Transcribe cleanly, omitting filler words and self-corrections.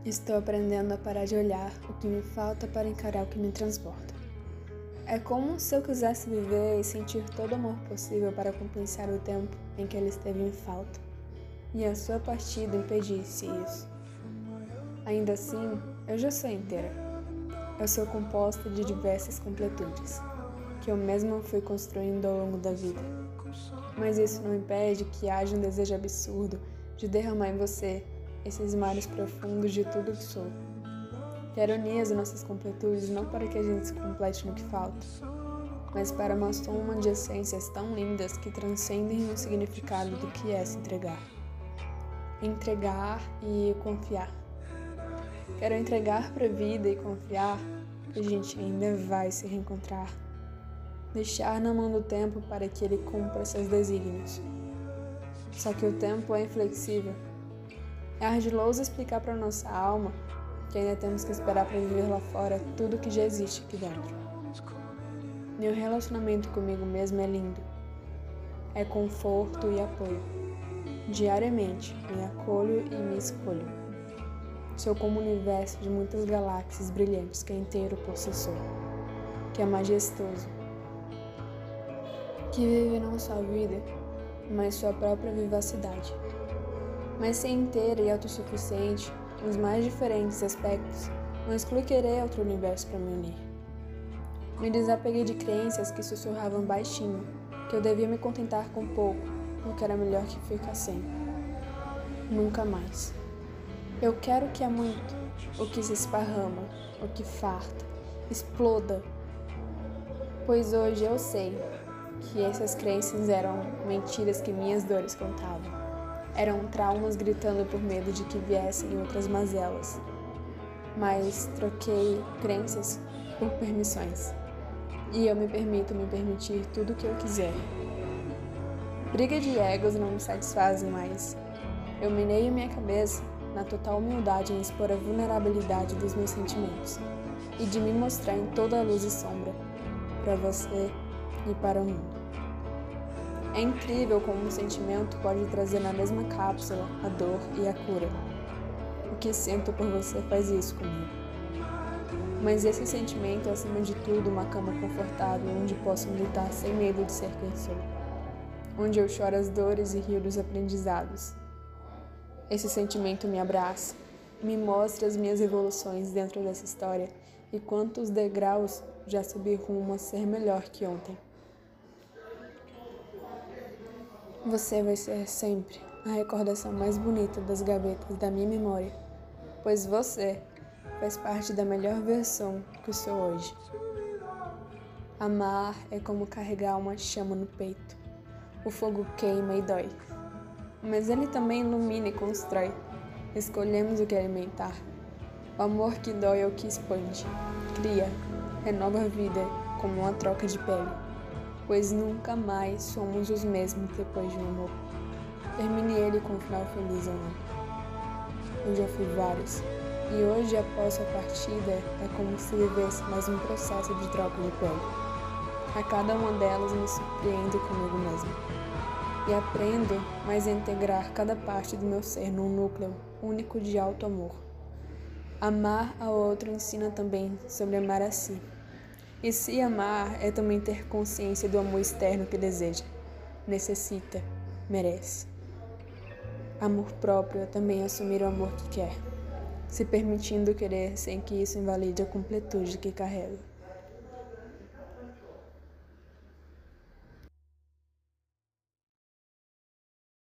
Estou aprendendo a parar de olhar o que me falta para encarar o que me transborda. É como se eu quisesse viver e sentir todo o amor possível para compensar o tempo em que ele esteve em falta, e a sua partida impedisse isso. Ainda assim, eu já sou inteira. Eu sou composta de diversas completudes, que eu mesma fui construindo ao longo da vida. Mas isso não impede que haja um desejo absurdo de derramar em você esses mares profundos de tudo que sou. Quero unir as nossas completudes não para que a gente se complete no que falta, mas para uma soma de essências tão lindas que transcendem o significado do que é se entregar. Entregar e confiar. Quero entregar para a vida e confiar que a gente ainda vai se reencontrar. Deixar na mão do tempo para que ele cumpra seus desígnios. Só que o tempo é inflexível. É ardiloso explicar para nossa alma que ainda temos que esperar para viver lá fora tudo que já existe aqui dentro. Meu relacionamento comigo mesmo é lindo. É conforto e apoio. Diariamente me acolho e me escolho. Sou como um universo de muitas galáxias brilhantes que é inteiro por si só, que é majestoso, que vive não só a vida, mas sua própria vivacidade. Mas ser inteira e autossuficiente, nos mais diferentes aspectos, não exclui querer outro universo para me unir. Me desapeguei de crenças que sussurravam baixinho, que eu devia me contentar com pouco, porque era melhor que ficar sem. Nunca mais. Eu quero o que é muito, o que se esparrama, o que farta, exploda. Pois hoje eu sei que essas crenças eram mentiras que minhas dores contavam. Eram traumas gritando por medo de que viessem outras mazelas. Mas troquei crenças por permissões. E eu me permito me permitir tudo o que eu quiser. Briga de egos não me satisfazem mais. Eu mineio minha cabeça na total humildade em expor a vulnerabilidade dos meus sentimentos e de me mostrar em toda a luz e sombra, para você e para o mundo. É incrível como um sentimento pode trazer na mesma cápsula a dor e a cura. O que sinto por você faz isso comigo. Mas esse sentimento é, acima de tudo, uma cama confortável onde posso militar sem medo de ser quem sou. Onde eu choro as dores e rio dos aprendizados. Esse sentimento me abraça, me mostra as minhas evoluções dentro dessa história e quantos degraus já subi rumo a ser melhor que ontem. Você vai ser sempre a recordação mais bonita das gavetas da minha memória, pois você faz parte da melhor versão que eu sou hoje. Amar é como carregar uma chama no peito. O fogo queima e dói, mas ele também ilumina e constrói. Escolhemos o que alimentar. O amor que dói é o que expande, cria, renova a vida como uma troca de pele. Pois nunca mais somos os mesmos depois de um amor. Termine ele com um final feliz ou não. Eu já fui vários, e hoje, após sua partida, é como se vivesse mais um processo de troca de pele. A cada uma delas me surpreendo comigo mesma. E aprendo mais a integrar cada parte do meu ser num núcleo único de alto amor. Amar ao outro ensina também sobre amar a si. E se amar é também ter consciência do amor externo que deseja, necessita, merece. Amor próprio é também assumir o amor que quer, se permitindo querer sem que isso invalide a completude que carrega.